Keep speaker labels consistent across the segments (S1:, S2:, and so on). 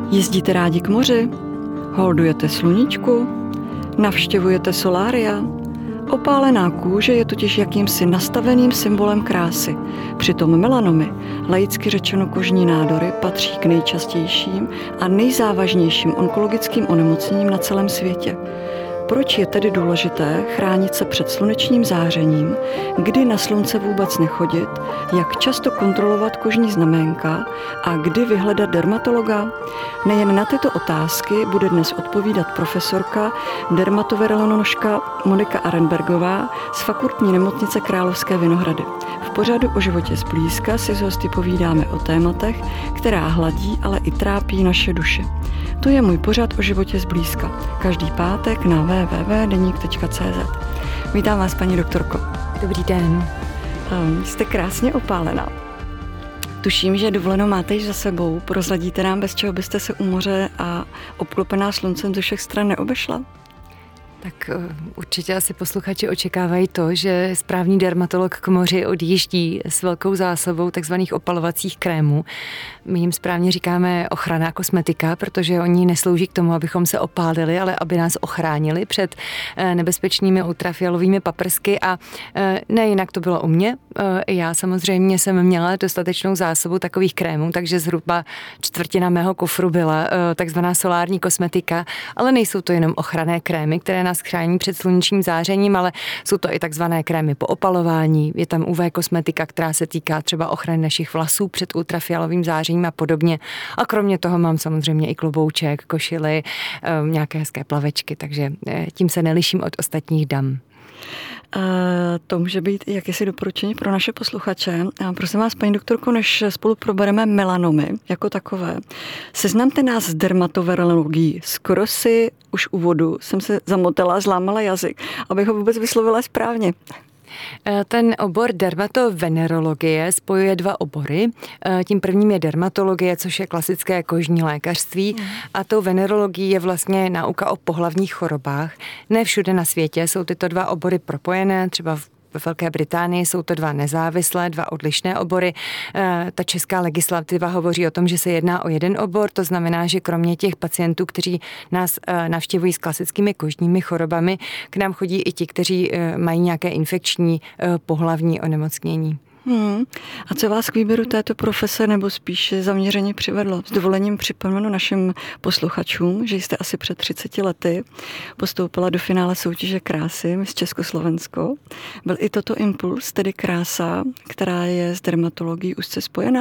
S1: Jezdíte rádi k moři? Holdujete sluníčku? Navštěvujete solária? Opálená kůže je totiž jakýmsi nastaveným symbolem krásy. Přitom melanomy, laicky řečeno kožní nádory, patří k nejčastějším a nejzávažnějším onkologickým onemocněním na celém světě. Proč je tedy důležité chránit se před slunečním zářením, kdy na slunce vůbec nechodit, jak často kontrolovat kožní znaménka a kdy vyhledat dermatologa? Nejen na tyto otázky bude dnes odpovídat profesorka, dermatoveneroložka Monika Arenbergová z Fakultní nemocnice Královské Vinohrady. V pořadu O životě zblízka si s hosty povídáme o tématech, která hladí, ale i trápí naše duše. To je můj pořad O životě zblízka. Každý pátek na www.denik.cz. Vítám vás, paní doktorko.
S2: Dobrý den.
S1: Jste krásně opálená. Tuším, že dovolenou máte již za sebou. Prozradíte nám, bez čeho byste se u moře a obklopená sluncem ze všech stran neobešla?
S2: Tak určitě asi posluchači očekávají to, že správný dermatolog k moři odjíždí s velkou zásobou takzvaných opalovacích krémů. My jim správně říkáme ochranná kosmetika, protože oni neslouží k tomu, abychom se opálili, ale aby nás ochránili před nebezpečnými ultrafialovými paprsky a nejinak to bylo u mě. Já samozřejmě jsem měla dostatečnou zásobu takových krémů, takže zhruba čtvrtina mého kufru byla takzvaná solární kosmetika, ale nejsou to jenom ochranné krémy, které nás chrání před slunečním zářením, ale jsou to i takzvané krémy po opalování. Je tam UV kosmetika, která se týká třeba ochrany našich vlasů před ultrafialovým zářením a podobně. A kromě toho mám samozřejmě i klobouček, košily, nějaké hezké plavečky, takže tím se neliším od ostatních dam.
S1: To může být i jakési doporučení pro naše posluchače. Prosím vás, paní doktorko, než spolu probereme melanomy jako takové, seznamte nás s dermatovenerologií. Skoro si už úvodu jsem se zamotala, zlámala jazyk, abych ho vůbec vyslovila správně.
S2: Ten obor dermatovenerologie spojuje dva obory. Tím prvním je dermatologie, což je klasické kožní lékařství, a tou venerologií je vlastně nauka o pohlavních chorobách. Ne všude na světě jsou tyto dva obory propojené, třeba ve Velké Británii jsou to dva nezávislé, dva odlišné obory. Ta česká legislativa hovoří o tom, že se jedná o jeden obor, to znamená, že kromě těch pacientů, kteří nás navštěvují s klasickými kožními chorobami, k nám chodí i ti, kteří mají nějaké infekční pohlavní onemocnění.
S1: A co vás k výběru této profese nebo spíše zaměření přivedlo? S dovolením připomenu našim posluchačům, že jste asi před 30 lety postoupila do finále soutěže krásy Miss Československo. Byl i toto impuls, tedy krása, která je s dermatologií úzce spojena?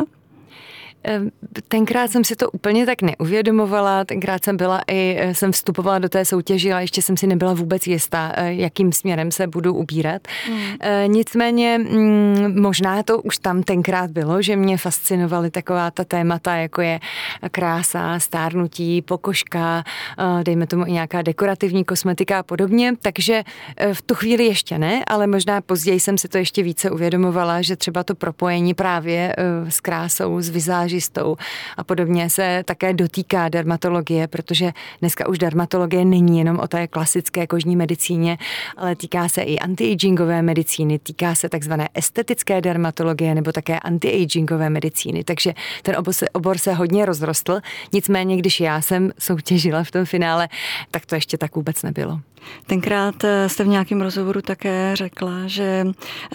S2: Tenkrát jsem si to úplně tak neuvědomovala, tenkrát jsem vstupovala do té soutěže, ale ještě jsem si nebyla vůbec jistá, jakým směrem se budu ubírat. Nicméně možná to už tam tenkrát bylo, že mě fascinovaly taková ta témata, jako je krása, stárnutí, pokožka, dejme tomu i nějaká dekorativní kosmetika a podobně, takže v tu chvíli ještě ne, ale možná později jsem si to ještě více uvědomovala, že třeba to propojení právě s krásou, s vizáží a podobně se také dotýká dermatologie, protože dneska už dermatologie není jenom o té klasické kožní medicíně, ale týká se i anti-agingové medicíny, týká se takzvané estetické dermatologie nebo také anti-agingové medicíny, takže ten obor se hodně rozrostl, nicméně když já jsem soutěžila v tom finále, tak to ještě tak vůbec nebylo.
S1: Tenkrát jste v nějakém rozhovoru také řekla, že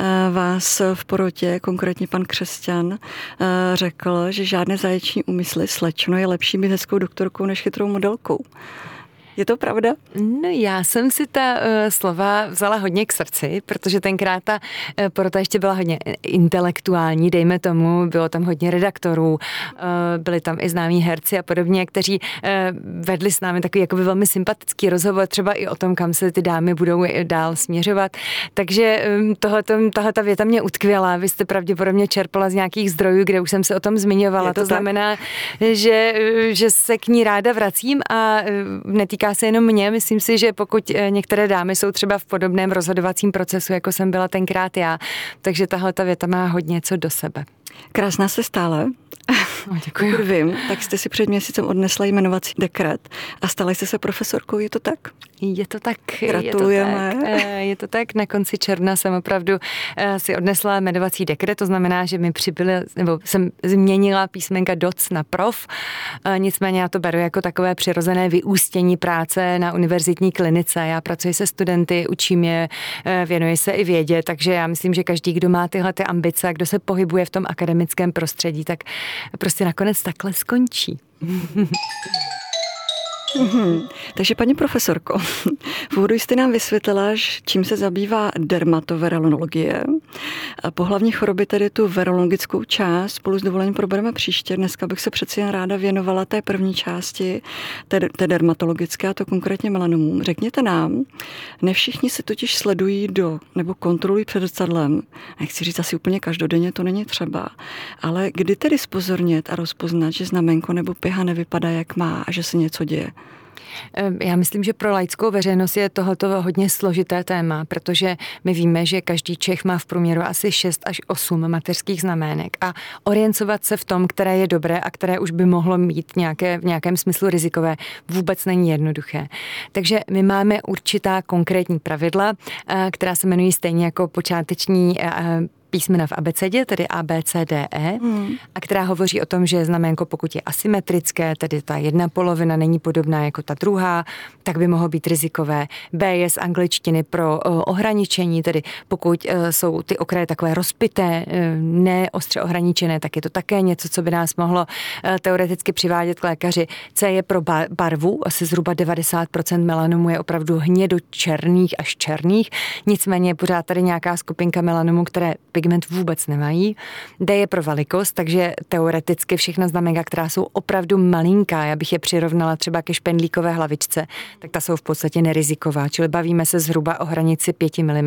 S1: vás v porotě, konkrétně pan Křesťan, řekl, že žádné zaječní úmysly, slečno, je lepší být hezkou doktorkou než chytrou modelkou. Je to pravda?
S2: No, já jsem si ta slova vzala hodně k srdci, protože tenkrát ta porota ještě byla hodně intelektuální, dejme tomu, bylo tam hodně redaktorů, byli tam i známí herci a podobně, kteří vedli s námi takový jakoby velmi sympatický rozhovor, třeba i o tom, kam se ty dámy budou dál směřovat. Takže tahleta věta mě utkvěla, vy jste pravděpodobně čerpala z nějakých zdrojů, kde už jsem se o tom zmiňovala. To znamená, že se k ní ráda vracím a netýká se jenom mě. Myslím si, že pokud některé dámy jsou třeba v podobném rozhodovacím procesu, jako jsem byla tenkrát já, takže tahle ta věta má hodně co do sebe.
S1: Krásná jste stále.
S2: Děkuji.
S1: Pokud vím, tak jste si před měsícem odnesla jmenovací dekret a stala jste se profesorkou, je to tak?
S2: Je to tak.
S1: Gratulujeme.
S2: Je to tak. Na konci června jsem opravdu si odnesla jmenovací dekret, to znamená, že mi přibyly, nebo jsem změnila písmenka doc na prof. Nicméně já to beru jako takové přirozené vyústění práce na univerzitní klinice. Já pracuji se studenty, učím je, věnuji se i vědě, takže já myslím, že každý, kdo má tyhle ty ambice, kdo se pohybuje v tom akademickém prostředí, tak prostě nakonec takhle skončí.
S1: Takže paní profesorko, v úvodu jste nám vysvětlila, čím se zabývá dermatovenerologie. A pohlavní choroby, tedy tu venerologickou část, spolu s dovolením probereme příště. Dneska bych se přeci jen ráda věnovala té první části, té dermatologické, a to konkrétně melanomům. Řekněte nám, ne všichni se totiž sledují nebo kontrolují před zrcadlem. Nechci říct asi úplně každodenně, to není třeba. Ale kdy tedy zpozornět a rozpoznat, že znamenko nebo piha nevypadá, jak má a že se něco děje?
S2: Já myslím, že pro laickou veřejnost je tohoto hodně složité téma, protože my víme, že každý Čech má v průměru asi 6 až 8 mateřských znamének a orientovat se v tom, které je dobré a které už by mohlo mít v nějakém smyslu rizikové, vůbec není jednoduché. Takže my máme určitá konkrétní pravidla, která se jmenují stejně jako počáteční písmena v abecedě, tedy A, B, C, D, E, a která hovoří o tom, že znamenko, pokud je asymetrické, tedy ta jedna polovina není podobná jako ta druhá, tak by mohlo být rizikové. B je z angličtiny pro ohraničení, tedy pokud jsou ty okraje takové rozpité, neostře ohraničené, tak je to také něco, co by nás mohlo teoreticky přivádět k lékaři. C je pro barvu, asi zhruba 90% melanomu je opravdu hnědočerných až černých, nicméně je pořád tady nějaká skupinka melanomu, které pigment vůbec nemají. D je pro velikost, takže teoreticky všechna znamenka, která jsou opravdu malinká, já bych je přirovnala třeba ke špendlíkové hlavičce, tak ta jsou v podstatě neriziková, čili bavíme se zhruba o hranici 5 mm.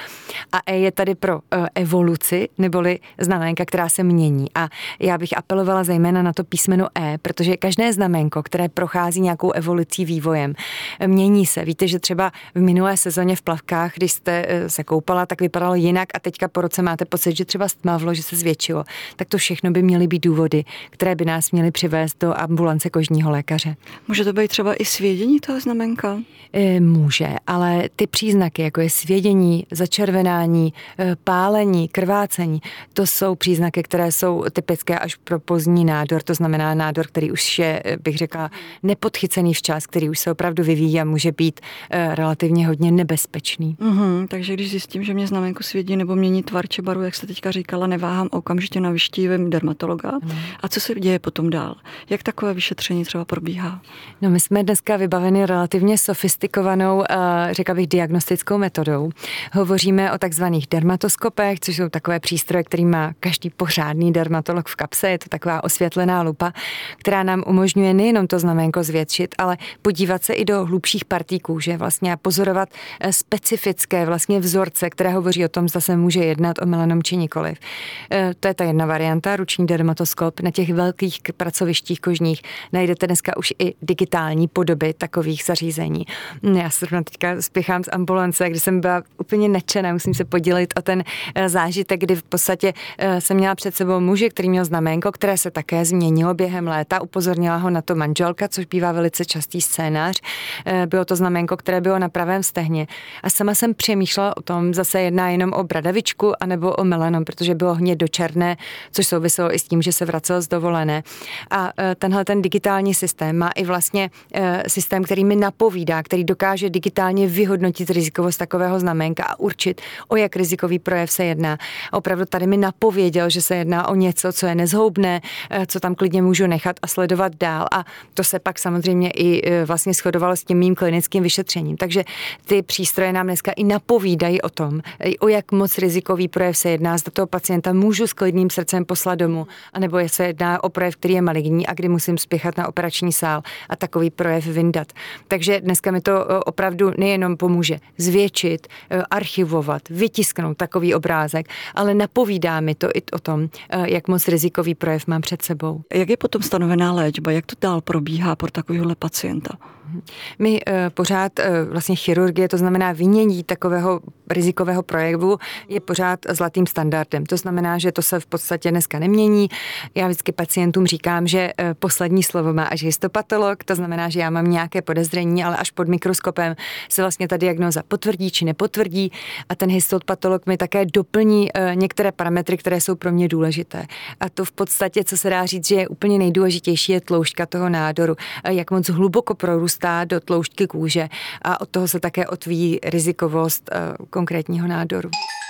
S2: A E je tady pro evoluci, neboli znamenka, která se mění. A já bych apelovala zejména na to písmeno E, protože každé znamenko, které prochází nějakou evolucí, vývojem, mění se. Víte, že třeba v minulé sezóně v plavkách, když jste se koupala, tak vypadalo jinak a teďka po roce máte pocit, že třeba stmavlo, že se zvětšilo, tak to všechno by měly být důvody, které by nás měly přivést do ambulance kožního lékaře.
S1: Může to být třeba i svědění toho znamenka?
S2: Může, ale ty příznaky, jako je svědění, začervenání, pálení, krvácení, to jsou příznaky, které jsou typické až pro pozdní nádor, to znamená nádor, který už je, bych řekla, nepodchycený včas, který už se opravdu vyvíjí a může být relativně hodně nebezpečný.
S1: Takže když zjistím, že mě znamenko svědí nebo mění tvar či barvu, jak jste teďka říkala, neváhám, okamžitě navštívím dermatologa. A co se děje potom dál? Jak takové vyšetření třeba probíhá?
S2: No, my jsme dneska vybaveni relativně sofistikovanou, řekla bych, diagnostickou metodou. Hovoříme o takzvaných dermatoskopech, což jsou takové přístroje, který má každý pořádný dermatolog v kapse. Je to taková osvětlená lupa, která nám umožňuje nejenom to znamenko zvětšit, ale podívat se i do hlubších partí kůže, vlastně a pozorovat specifické vlastně vzorce, které hovoří o tom, zda se může jednat o melanom či nikoliv. To je ta jedna varianta, ruční dermatoskop. Na těch velkých pracovištích kožních najdete dneska už i digitální podoby takových zařízení. Já se teďka spěchám z ambulance, kdy jsem byla úplně nadšená, musím se podělit o ten zážitek, kdy v podstatě jsem měla před sebou muže, který měl znamenko, které se také změnilo během léta, upozornila ho na to manželka, což bývá velice častý scénář. Bylo to znamenko, které bylo na pravém stehně. A sama jsem přemýšlela o tom, zase jedná jenom o bradavičku anebo o melanom, protože bylo hnědočerné, což souviselo i s tím, že se vracel z dovolené. A tenhle ten digitální systém má i vlastně systém, který mi napovídá, který dokáže digitálně vyhodnotit rizikovost takového znamenka a určit, o jak rizikový projev se jedná. A opravdu tady mi napověděl, že se jedná o něco, co je nezhoubné, co tam klidně můžu nechat a sledovat dál. A to se pak samozřejmě i vlastně shodovalo s tím mým klinickým vyšetřením. Takže ty přístroje nám dneska i napovídají o tom, o jak moc rizikový projev se jedná, zda toho pacienta můžu s klidným srdcem poslat domů, anebo se jedná o projev, který je maligní a kdy musím spěchat na operační sál a takový projev vyndat. Takže dneska mi to opravdu nejenom pomůže zvětšit, archivovat, vytisknout takový obrázek, ale napovídá mi to i o tom, jak moc rizikový projev mám před sebou.
S1: Jak je potom stanovená léčba? Jak to dál probíhá pro takovýhle pacienta?
S2: My pořád vlastně chirurgie, to znamená vynění takového rizikového projevu, je pořád zlatým standardem. To znamená, že to se v podstatě dneska nemění. Já vždycky pacientům říkám, že poslední slovo má až histopatolog, to znamená, že já mám nějaké podezření, ale až pod mikroskopem se vlastně ta diagnóza potvrdí či nepotvrdí a ten histopatolog mi také doplní některé parametry, které jsou pro mě důležité. A to v podstatě, co se dá říct, že je úplně nejdůležitější, je tloušťka toho nádoru. Jak moc hluboko prorůstá do tloušťky kůže a od toho se také odvíjí rizikovost konkrétního nádoru.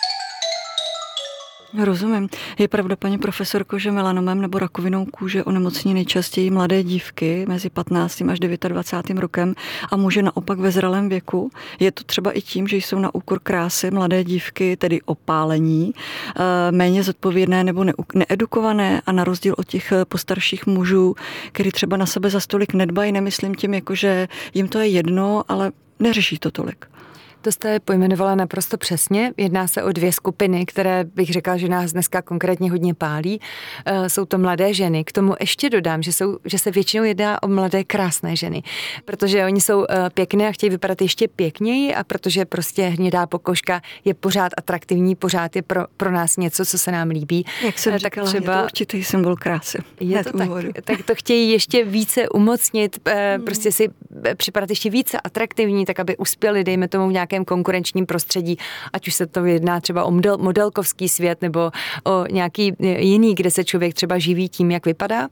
S1: Rozumím. Je pravda, paní profesorko, že melanomem nebo rakovinou kůže onemocní nejčastěji mladé dívky mezi 15. až 29. rokem a muže naopak ve zralém věku? Je to třeba i tím, že jsou na úkor krásy mladé dívky, tedy opálení, méně zodpovědné nebo needukované a na rozdíl od těch postarších mužů, který třeba na sebe za stolik nedbají, nemyslím tím, jako že jim to je jedno, ale neřeší to tolik.
S2: To jste pojmenovala naprosto přesně. Jedná se o dvě skupiny, které bych řekla, že nás dneska konkrétně hodně pálí. Jsou to mladé ženy. K tomu ještě dodám, že se většinou jedná o mladé krásné ženy, protože oni jsou pěkné a chtějí vypadat ještě pěkněji a protože prostě hnědá pokožka je pořád atraktivní, pořád je pro nás něco, co se nám líbí.
S1: Jak jsem říkala, třeba, je to určitý symbol krásy.
S2: Je to tak to chtějí ještě více umocnit, prostě si připadat ještě více atraktivní, tak aby uspěli, dejme tomu v nějakém konkurenčním prostředí, ať už se to jedná třeba o modelkovský svět nebo o nějaký jiný, kde se člověk třeba živí tím, jak vypadá.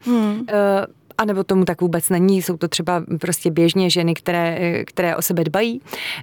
S2: A nebo tomu tak vůbec není, jsou to třeba prostě běžně ženy, které o sebe dbají.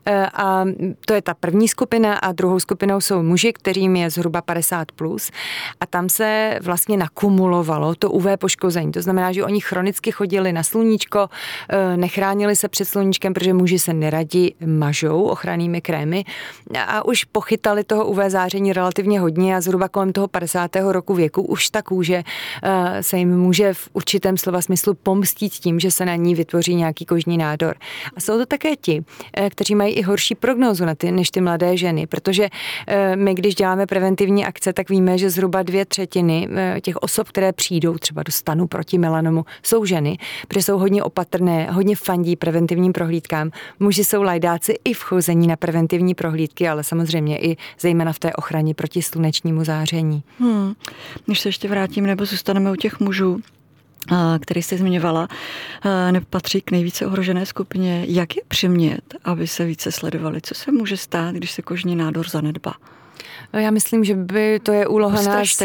S2: A to je ta první skupina a druhou skupinou jsou muži, kterým je zhruba 50+. A tam se vlastně nakumulovalo to UV poškození. To znamená, že oni chronicky chodili na sluníčko, nechránili se před sluníčkem, protože muži se neradi mažou ochrannými krémy a už pochytali toho UV záření relativně hodně a zhruba kolem toho 50. roku věku už ta kůže se jim může v určitém slova smyslu pomstít tím, že se na ní vytvoří nějaký kožní nádor. A jsou to také ti, kteří mají i horší prognózu než ty mladé ženy, protože my, když děláme preventivní akce, tak víme, že zhruba 2/3 těch osob, které přijdou třeba do stanu proti melanomu, jsou ženy, protože jsou hodně opatrné, hodně fandí preventivním prohlídkám. Muži jsou lajdáci i v chození na preventivní prohlídky, ale samozřejmě i zejména v té ochraně proti slunečnímu záření.
S1: Když se ještě vrátím nebo zůstaneme u těch mužů, který jste zmiňovala, nepatří k nejvíce ohrožené skupině. Jak je přimět, aby se více sledovali? Co se může stát, když se kožní nádor zanedbá?
S2: Já myslím, že by to je úloha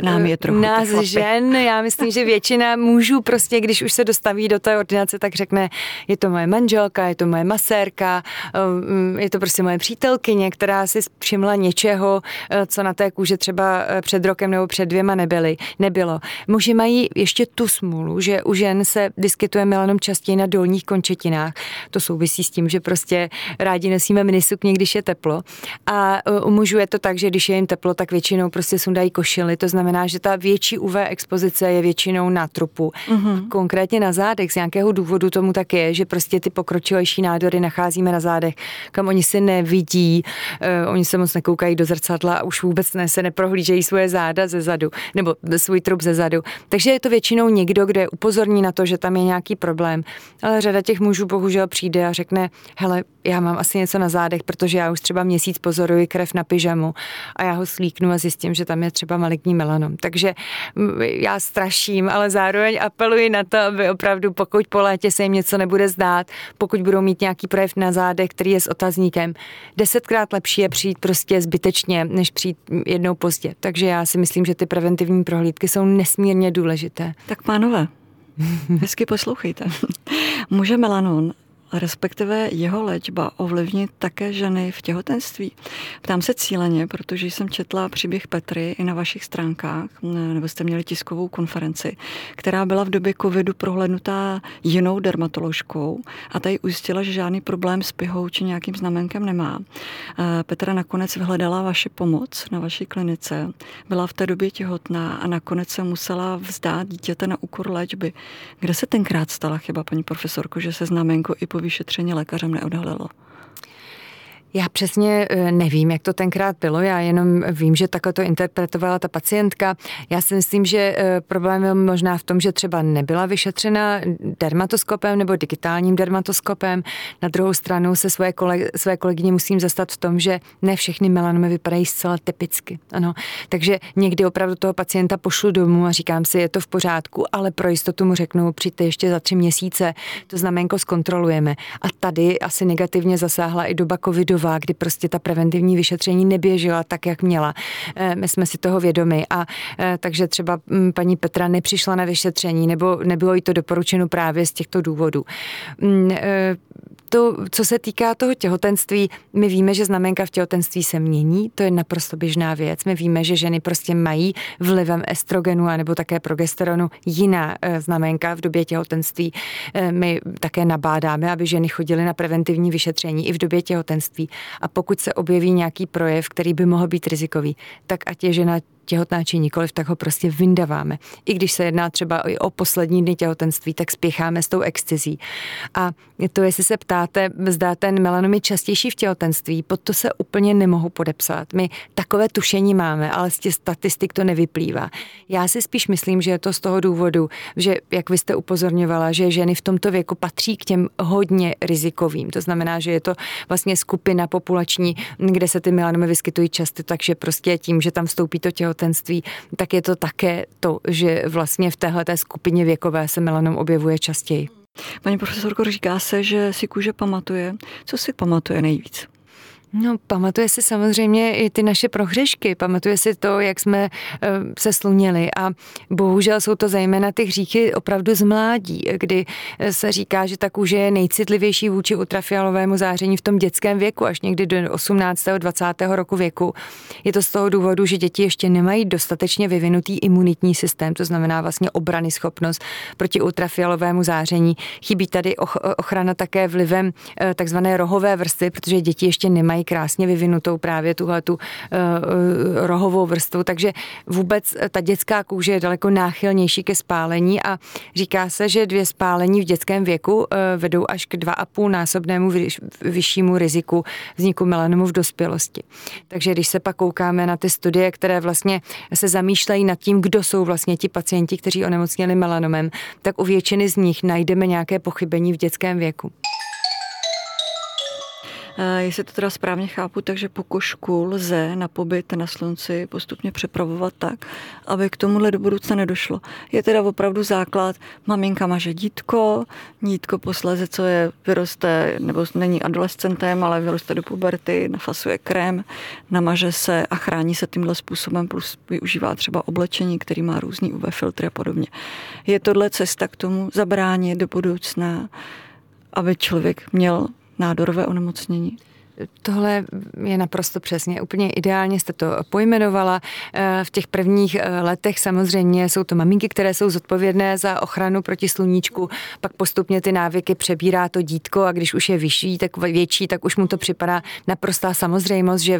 S2: nás žen. Já myslím, že většina mužů prostě, když už se dostaví do té ordinace, tak řekne, je to moje manželka, je to moje masérka, je to prostě moje přítelkyně, která si všimla něčeho, co na té kůži třeba před rokem nebo před 2 nebylo. Muži mají ještě tu smůlu, že u žen se vyskytuje melanom častěji na dolních končetinách. To souvisí s tím, že prostě rádi nosíme minisukně, když je teplo. A u mužů je to tak, že když je jim teplo, tak většinou prostě sundají košily. To znamená, že ta větší UV expozice je většinou na trupu. Konkrétně na zádech. Z nějakého důvodu tomu tak je, že prostě ty pokročilejší nádory nacházíme na zádech, kam oni si nevidí, oni se moc nekoukají do zrcadla a už vůbec se neprohlížejí svoje záda ze zadu, nebo svůj trup ze zadu. Takže je to většinou někdo, kdo je upozorní na to, že tam je nějaký problém. Ale řada těch mužů bohužel přijde a řekne, hele, já mám asi něco na zádech, protože já už třeba měsíc pozoruji krev na pyžamu a já ho slíknu a zjistím, že tam je třeba maligní melanom. Takže já straším, ale zároveň apeluji na to, aby opravdu, pokud po létě se jim něco nebude zdát, pokud budou mít nějaký projev na zádech, který je s otazníkem, 10krát lepší je přijít prostě zbytečně, než přijít jednou pozdě. Takže já si myslím, že ty preventivní prohlídky jsou nesmírně důležité.
S1: Tak pánové, hezky poslouchejte. Může melanon, respektive jeho léčba, ovlivnit také ženy v těhotenství? Ptám se cíleně, protože jsem četla příběh Petry i na vašich stránkách, nebo jste měli tiskovou konferenci, která byla v době covidu prohlédnutá jinou dermatoložkou a ta jí ujistila, že žádný problém s pihou či nějakým znamenkem nemá. Petra nakonec vyhledala vaši pomoc na vaší klinice, byla v té době těhotná a nakonec se musela vzdát dítěte na úkor léčby. Kde se tenkrát stala chyba, paní profesorko, že se znamenko i po vyšetření lékařem neodhalilo?
S2: Já přesně nevím, jak to tenkrát bylo, já jenom vím, že takhle to interpretovala ta pacientka. Já si myslím, že problém je možná v tom, že třeba nebyla vyšetřena dermatoskopem nebo digitálním dermatoskopem. Na druhou stranu se své kolegyně musím zastat v tom, že ne všechny melanomy vypadají zcela typicky. Ano. Takže někdy opravdu toho pacienta pošlu domů a říkám si, je to v pořádku, ale pro jistotu mu řeknu, přijďte ještě za 3 měsíce, to znamenko zkontrolujeme. A tady asi negativně zasáhla i doba covidová, kdy prostě ta preventivní vyšetření neběžela tak, jak měla. My jsme si toho vědomi a takže třeba paní Petra nepřišla na vyšetření nebo nebylo jí to doporučeno právě z těchto důvodů. To, co se týká toho těhotenství, my víme, že znamenka v těhotenství se mění, to je naprosto běžná věc. My víme, že ženy prostě mají vlivem estrogenu anebo také progesteronu jiná znamenka v době těhotenství. My také nabádáme, aby ženy chodily na preventivní vyšetření i v době těhotenství. A pokud se objeví nějaký projev, který by mohl být rizikový, tak ať je žena těhotná či nikoliv, tak ho prostě vyndaváme. I když se jedná třeba i o poslední dny těhotenství, tak spěcháme s tou excizí. A to, jestli se ptáte, zda ten melanom je častější v těhotenství, pod to se úplně nemohu podepsat. My takové tušení máme, ale z těch statistik to nevyplývá. Já si spíš myslím, že je to z toho důvodu, že, jak vy jste upozorňovala, že ženy v tomto věku patří k těm hodně rizikovým. To znamená, že je to vlastně skupina populační, kde se ty melanomy vyskytují často, takže prostě tím, že tam vstoupí to těhotenství, tak je to také to, že vlastně v téhleté skupině věkové se melanom objevuje častěji.
S1: Paní profesorko, říká se, že si kůže pamatuje. Co si pamatuje nejvíc?
S2: No, pamatuje si samozřejmě i ty naše prohřešky, pamatuje si to, jak jsme se sluněli a bohužel jsou to zejména ty hříchy opravdu z mládí, kdy se říká, že ta kůže je nejcitlivější vůči ultrafialovému záření v tom dětském věku, až někdy do 18. 20. roku věku. Je to z toho důvodu, že děti ještě nemají dostatečně vyvinutý imunitní systém, to znamená vlastně obrany schopnost proti ultrafialovému záření. Chybí tady ochrana také vlivem takzvané rohové vrstvy, protože děti ještě nemají krásně vyvinutou právě tuhletu rohovou vrstvu, takže vůbec ta dětská kůže je daleko náchylnější ke spálení a říká se, že 2 spálení v dětském věku vedou až k 2,5násobnému vyššímu riziku vzniku melanomu v dospělosti. Takže když se pak koukáme na ty studie, které vlastně se zamýšlejí nad tím, kdo jsou vlastně ti pacienti, kteří onemocněli melanomem, tak u většiny z nich najdeme nějaké pochybení v dětském věku.
S1: Jestli to teda správně chápu, takže pokožku lze na pobyt na slunci postupně připravovat tak, aby k tomuhle do budoucna nedošlo. Je teda opravdu základ, maminka maže dítko posléze, co je, vyroste, nebo není adolescentem, ale vyroste do puberty, nafasuje krém, namaže se a chrání se tímhle způsobem, plus využívá třeba oblečení, který má různý UV filtry a podobně. Je tohle cesta k tomu zabránit do budoucna, aby člověk měl nádorové onemocnění?
S2: Tohle je naprosto přesně. Úplně ideálně jste to pojmenovala. V těch prvních letech samozřejmě jsou to maminky, které jsou zodpovědné za ochranu proti sluníčku, pak postupně ty návyky přebírá to dítko a když už je větší, tak už mu to připadá naprostá samozřejmost, že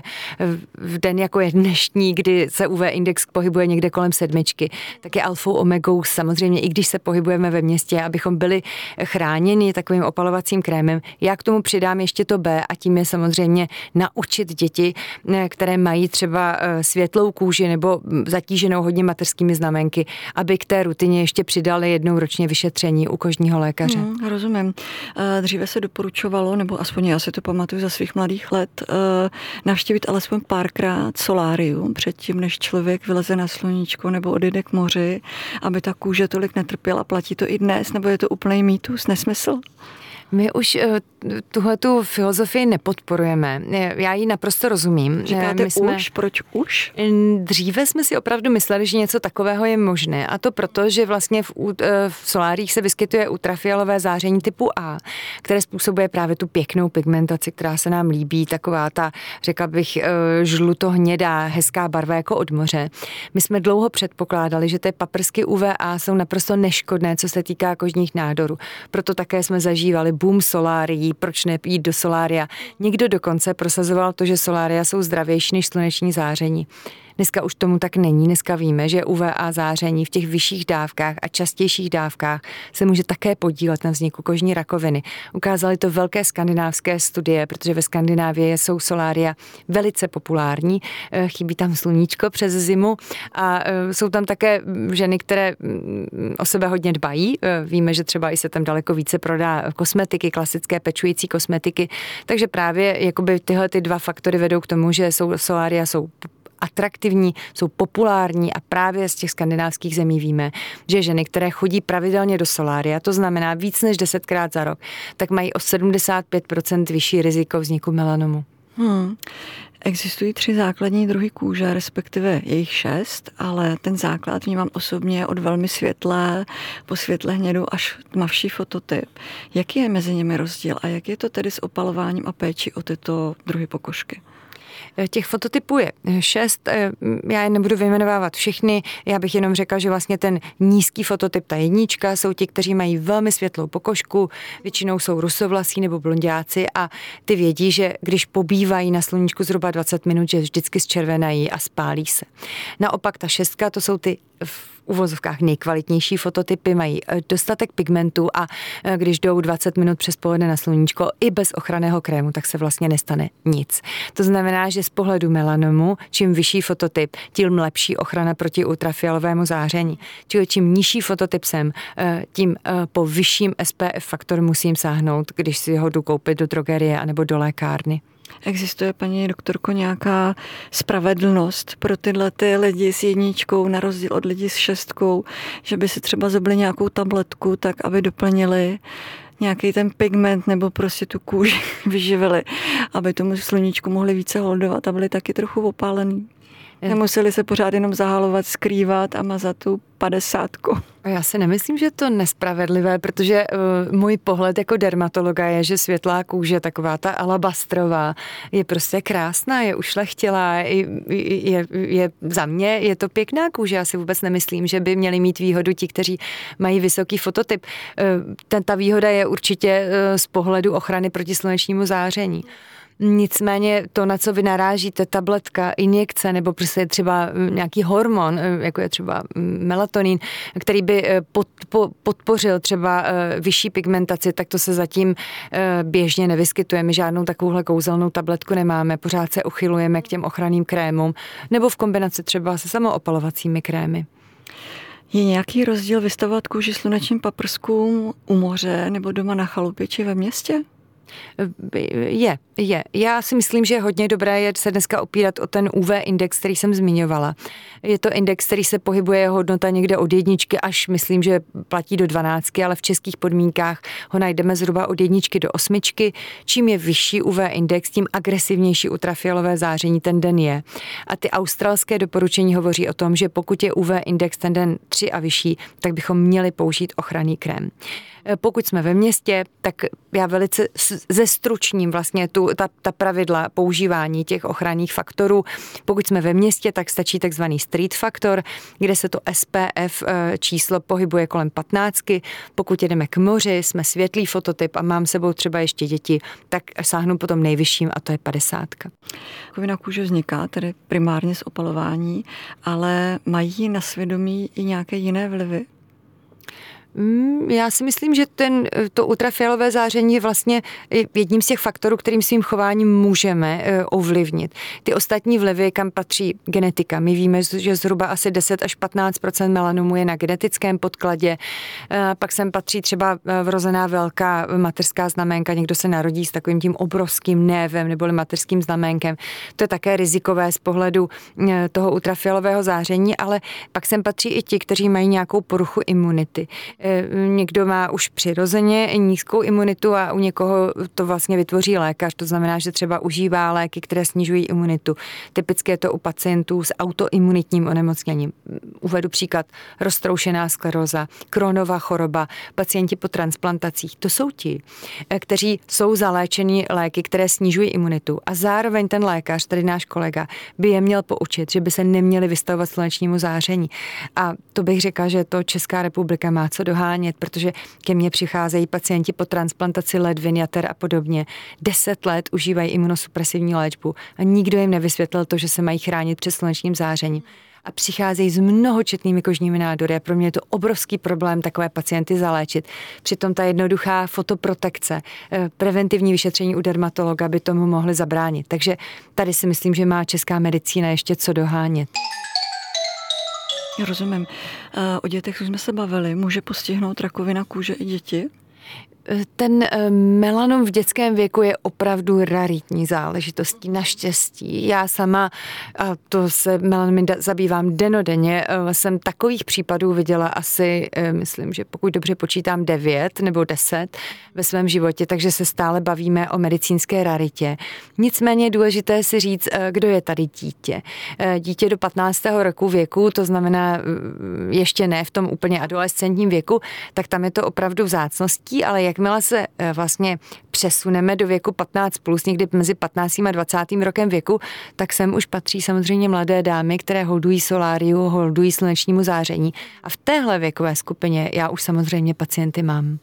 S2: v den jako je dnešní, kdy se UV index pohybuje někde kolem 7, tak je alfou omegou samozřejmě, i když se pohybujeme ve městě, abychom byli chráněni takovým opalovacím krémem. Já k tomu přidám ještě to B a tím je samozřejmě naučit děti, které mají třeba světlou kůži nebo zatíženou hodně mateřskými znamenky, aby k té rutině ještě přidali jednou ročně vyšetření u kožního lékaře.
S1: Rozumím. Dříve se doporučovalo, nebo aspoň já si to pamatuju za svých mladých let, navštívit alespoň párkrát solárium předtím, než člověk vyleze na sluníčko nebo odjede k moři, aby ta kůže tolik netrpěla. Platí to i dnes, nebo je to úplný mýtus, nesmysl?
S2: My už tuhletu filozofii nepodporujeme. Já ji naprosto rozumím.
S1: Říkáte proč už?
S2: Dříve jsme si opravdu mysleli, že něco takového je možné. A to proto, že vlastně v solárích se vyskytuje ultrafialové záření typu A, které způsobuje právě tu pěknou pigmentaci, která se nám líbí, taková ta, řekla bych, žluto-hnědá, hezká barva jako od moře. My jsme dlouho předpokládali, že ty paprsky UVA jsou naprosto neškodné, co se týká kožních nádorů. Proto také jsme zažívali boom solárií, proč nejít do solária. Někdo dokonce prosazoval to, že solária jsou zdravější než sluneční záření. Dneska už tomu tak není. Dneska víme, že UVA záření v těch vyšších dávkách a častějších dávkách se může také podílet na vzniku kožní rakoviny. Ukázaly to velké skandinávské studie, protože ve Skandinávii jsou solária velice populární, chybí tam sluníčko přes zimu a jsou tam také ženy, které o sebe hodně dbají. Víme, že třeba i se tam daleko více prodá kosmetiky, klasické pečující kosmetiky, takže právě jakoby tyhle ty dva faktory vedou k tomu, že solária jsou atraktivní, jsou populární a právě z těch skandinávských zemí víme, že ženy, které chodí pravidelně do solária, to znamená víc než 10krát za rok, tak mají o 75% vyšší riziko vzniku melanomu.
S1: Existují 3 základní druhy kůže, respektive je jich 6, ale ten základ vnímám osobně od velmi světlé po světle hnědou až tmavší fototyp. Jaký je mezi nimi rozdíl a jak je to tedy s opalováním a péčí o tyto druhy pokožky?
S2: Těch fototypů je 6, já je nebudu vyjmenovávat všechny, já bych jenom řekla, že vlastně ten nízký fototyp, ta 1, jsou ti, kteří mají velmi světlou pokožku, většinou jsou rusovlasí nebo blonďáci a ty vědí, že když pobývají na sluníčku zhruba 20 minut, že vždycky zčervenají a spálí se. Naopak ta 6, to jsou ty v uvozovkách nejkvalitnější fototypy, mají dostatek pigmentu a když jdou 20 minut přes poledne na sluníčko i bez ochranného krému, tak se vlastně nestane nic. To znamená, že z pohledu melanomu, čím vyšší fototyp, tím lepší ochrana proti ultrafialovému záření. Čili čím nižší fototyp jsem, tím po vyšším SPF faktor musím sáhnout, když si ho jdu koupit do drogerie anebo do lékárny.
S1: Existuje, paní doktorko, nějaká spravedlnost pro tyhle ty lidi s 1 na rozdíl od lidí s 6, že by si třeba zobili nějakou tabletku, tak aby doplnili nějaký ten pigment nebo prostě tu kůži vyživili, aby tomu sluníčku mohli více holdovat a byli taky trochu opálený. Nemuseli se pořád jenom zahalovat, skrývat a mazat tu 50.
S2: Já si nemyslím, že je to nespravedlivé, protože můj pohled jako dermatologa je, že světlá kůže, taková ta alabastrová, je prostě krásná, je ušlechtilá, je za mě je to pěkná kůže. Já si vůbec nemyslím, že by měli mít výhodu ti, kteří mají vysoký fototyp. Ta výhoda je určitě z pohledu ochrany proti slunečnímu záření. Nicméně to, na co vy narážíte, tabletka, injekce nebo prostě třeba nějaký hormon, jako je třeba melatonin, který by podpořil třeba vyšší pigmentaci, tak to se zatím běžně nevyskytuje. My žádnou takovouhle kouzelnou tabletku nemáme, pořád se uchylujeme k těm ochranným krémům nebo v kombinaci třeba se samoopalovacími krémy.
S1: Je nějaký rozdíl vystavovat kůži slunečním paprskům u moře nebo doma na chalupě či ve městě? Je. Já si myslím, že je hodně dobré je se dneska opírat o ten UV index, který jsem zmiňovala. Je to index, který se pohybuje jeho hodnota někde od 1 až myslím, že platí do 12, ale v českých podmínkách ho najdeme zhruba od 1 do 8. Čím je vyšší UV index, tím agresivnější ultrafialové záření ten den je. A ty australské doporučení hovoří o tom, že pokud je UV index ten den 3 a vyšší, tak bychom měli použít ochranný krém. Pokud jsme ve městě, tak já velice zestručním vlastně ta pravidla používání těch ochranných faktorů. Pokud jsme ve městě, tak stačí takzvaný street faktor, kde se to SPF číslo pohybuje kolem 15. Pokud jedeme k moři, jsme světlý fototyp a mám sebou třeba ještě děti, tak sáhnu po tom nejvyšším a to je 50. Rakovina kůže vzniká tedy primárně z opalování, ale mají na svědomí i nějaké jiné vlivy?
S2: Já si myslím, že to ultrafialové záření je vlastně jedním z těch faktorů, kterým svým chováním můžeme ovlivnit. Ty ostatní vlivy, kam patří genetika. My víme, že zhruba asi 10 až 15% melanomu je na genetickém podkladě. Pak sem patří třeba vrozená velká mateřská znaménka. Někdo se narodí s takovým tím obrovským névem neboli mateřským znaménkem. To je také rizikové z pohledu toho ultrafialového záření, ale pak sem patří i ti, kteří mají nějakou poruchu imunity. Někdo má už přirozeně nízkou imunitu a u někoho to vlastně vytvoří lékař. To znamená, že třeba užívá léky, které snižují imunitu. Typicky je to u pacientů s autoimunitním onemocněním. Uvedu příklad: roztroušená skleróza, Crohnova choroba, pacienti po transplantacích. To jsou ti, kteří jsou zaléčeni léky, které snižují imunitu. A zároveň ten lékař, tedy náš kolega, by je měl poučit, že by se neměli vystavovat slunečnímu záření. A to bych řekla, že to Česká republika má co dohánět, protože ke mně přicházejí pacienti po transplantaci ledvin, jater a podobně. 10 let užívají imunosupresivní léčbu a nikdo jim nevysvětlil to, že se mají chránit před slunečním zářením. A přicházejí s mnohočetnými kožními nádory a pro mě je to obrovský problém takové pacienty zaléčit. Přitom ta jednoduchá fotoprotekce, preventivní vyšetření u dermatologa by tomu mohly zabránit. Takže tady si myslím, že má česká medicína ještě co dohánět.
S1: Rozumím. O dětech už jsme se bavili. Může postihnout rakovina kůže i děti?
S2: Ten melanom v dětském věku je opravdu raritní záležitostí, naštěstí. Já sama, a to se melanomy zabývám dennodenně, jsem takových případů viděla asi, myslím, že pokud dobře počítám 9 nebo 10 ve svém životě, takže se stále bavíme o medicínské raritě. Nicméně je důležité si říct, kdo je tady dítě. Dítě do 15. roku věku, to znamená ještě ne v tom úplně adolescentním věku, tak tam je to opravdu vzácností, ale jakmile se vlastně přesuneme do věku 15+, někdy mezi 15. a 20. rokem věku, tak sem už patří samozřejmě mladé dámy, které holdují soláriu, holdují slunečnímu záření. A v téhle věkové skupině já už samozřejmě pacienty mám.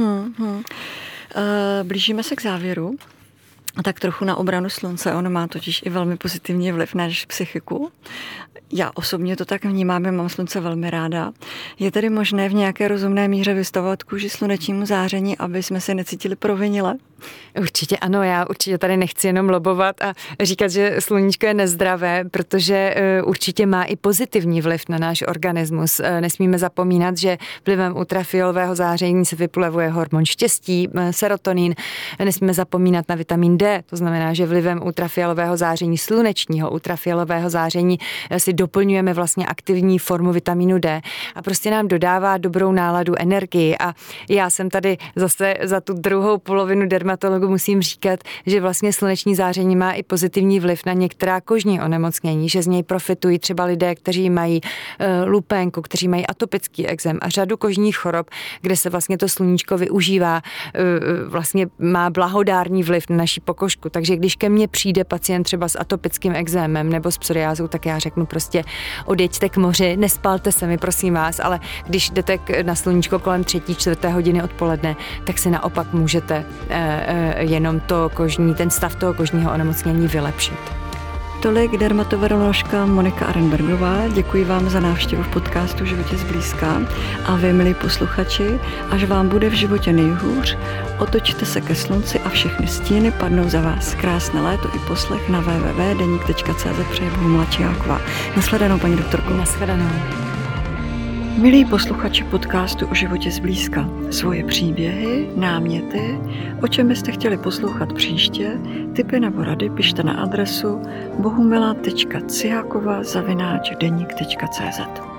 S1: Blížíme se k závěru. A tak trochu na obranu slunce, ono má totiž i velmi pozitivní vliv na naši psychiku. Já osobně to tak vnímám, já mám slunce velmi ráda. Je tedy možné v nějaké rozumné míře vystavovat kůži slunečnímu záření, aby jsme se necítili provinile?
S2: Určitě ano, já určitě tady nechci jenom lobovat a říkat, že sluníčko je nezdravé, protože určitě má i pozitivní vliv na náš organismus. Nesmíme zapomínat, že vlivem ultrafiolového záření se vyplevuje hormon štěstí, serotonin. Nesmíme zapomínat na vitamin D, to znamená, že vlivem ultrafialového záření, slunečního ultrafialového záření si doplňujeme vlastně aktivní formu vitaminu D a prostě nám dodává dobrou náladu, energii. A já jsem tady zase za tu druhou polovinu dermatologu musím říkat, že vlastně sluneční záření má i pozitivní vliv na některá kožní onemocnění, že z něj profitují třeba lidé, kteří mají lupénku, kteří mají atopický ekzém a řadu kožních chorob, kde se vlastně to sluníčko využívá, vlastně má blahodárný vliv na naši pokožku. Takže když ke mně přijde pacient třeba s atopickým ekzémem nebo s psoriázou, tak já řeknu prostě odjeďte k moři, nespalte se mi, prosím vás, ale když jdete na sluníčko kolem 3-4 hodiny odpoledne, tak si naopak můžete jenom ten stav toho kožního onemocnění vylepšit.
S1: Tolik dermatoveneroložka Monika Arenbergová. Děkuji vám za návštěvu v podcastu Životě zblízka. A vy, milí posluchači, až vám bude v životě nejhůř, otočte se ke slunci a všechny stíny padnou za vás. Krásné léto i poslech na www.denik.cz. Přeje Bohumila Čiháková. Nashledanou, paní doktorko.
S2: Nashledanou.
S1: Milí posluchači podcastu o životě zblízka, svoje příběhy, náměty, o čem byste chtěli poslouchat příště, tipy nebo rady pište na adresu bohumila.cihákova@denik.cz.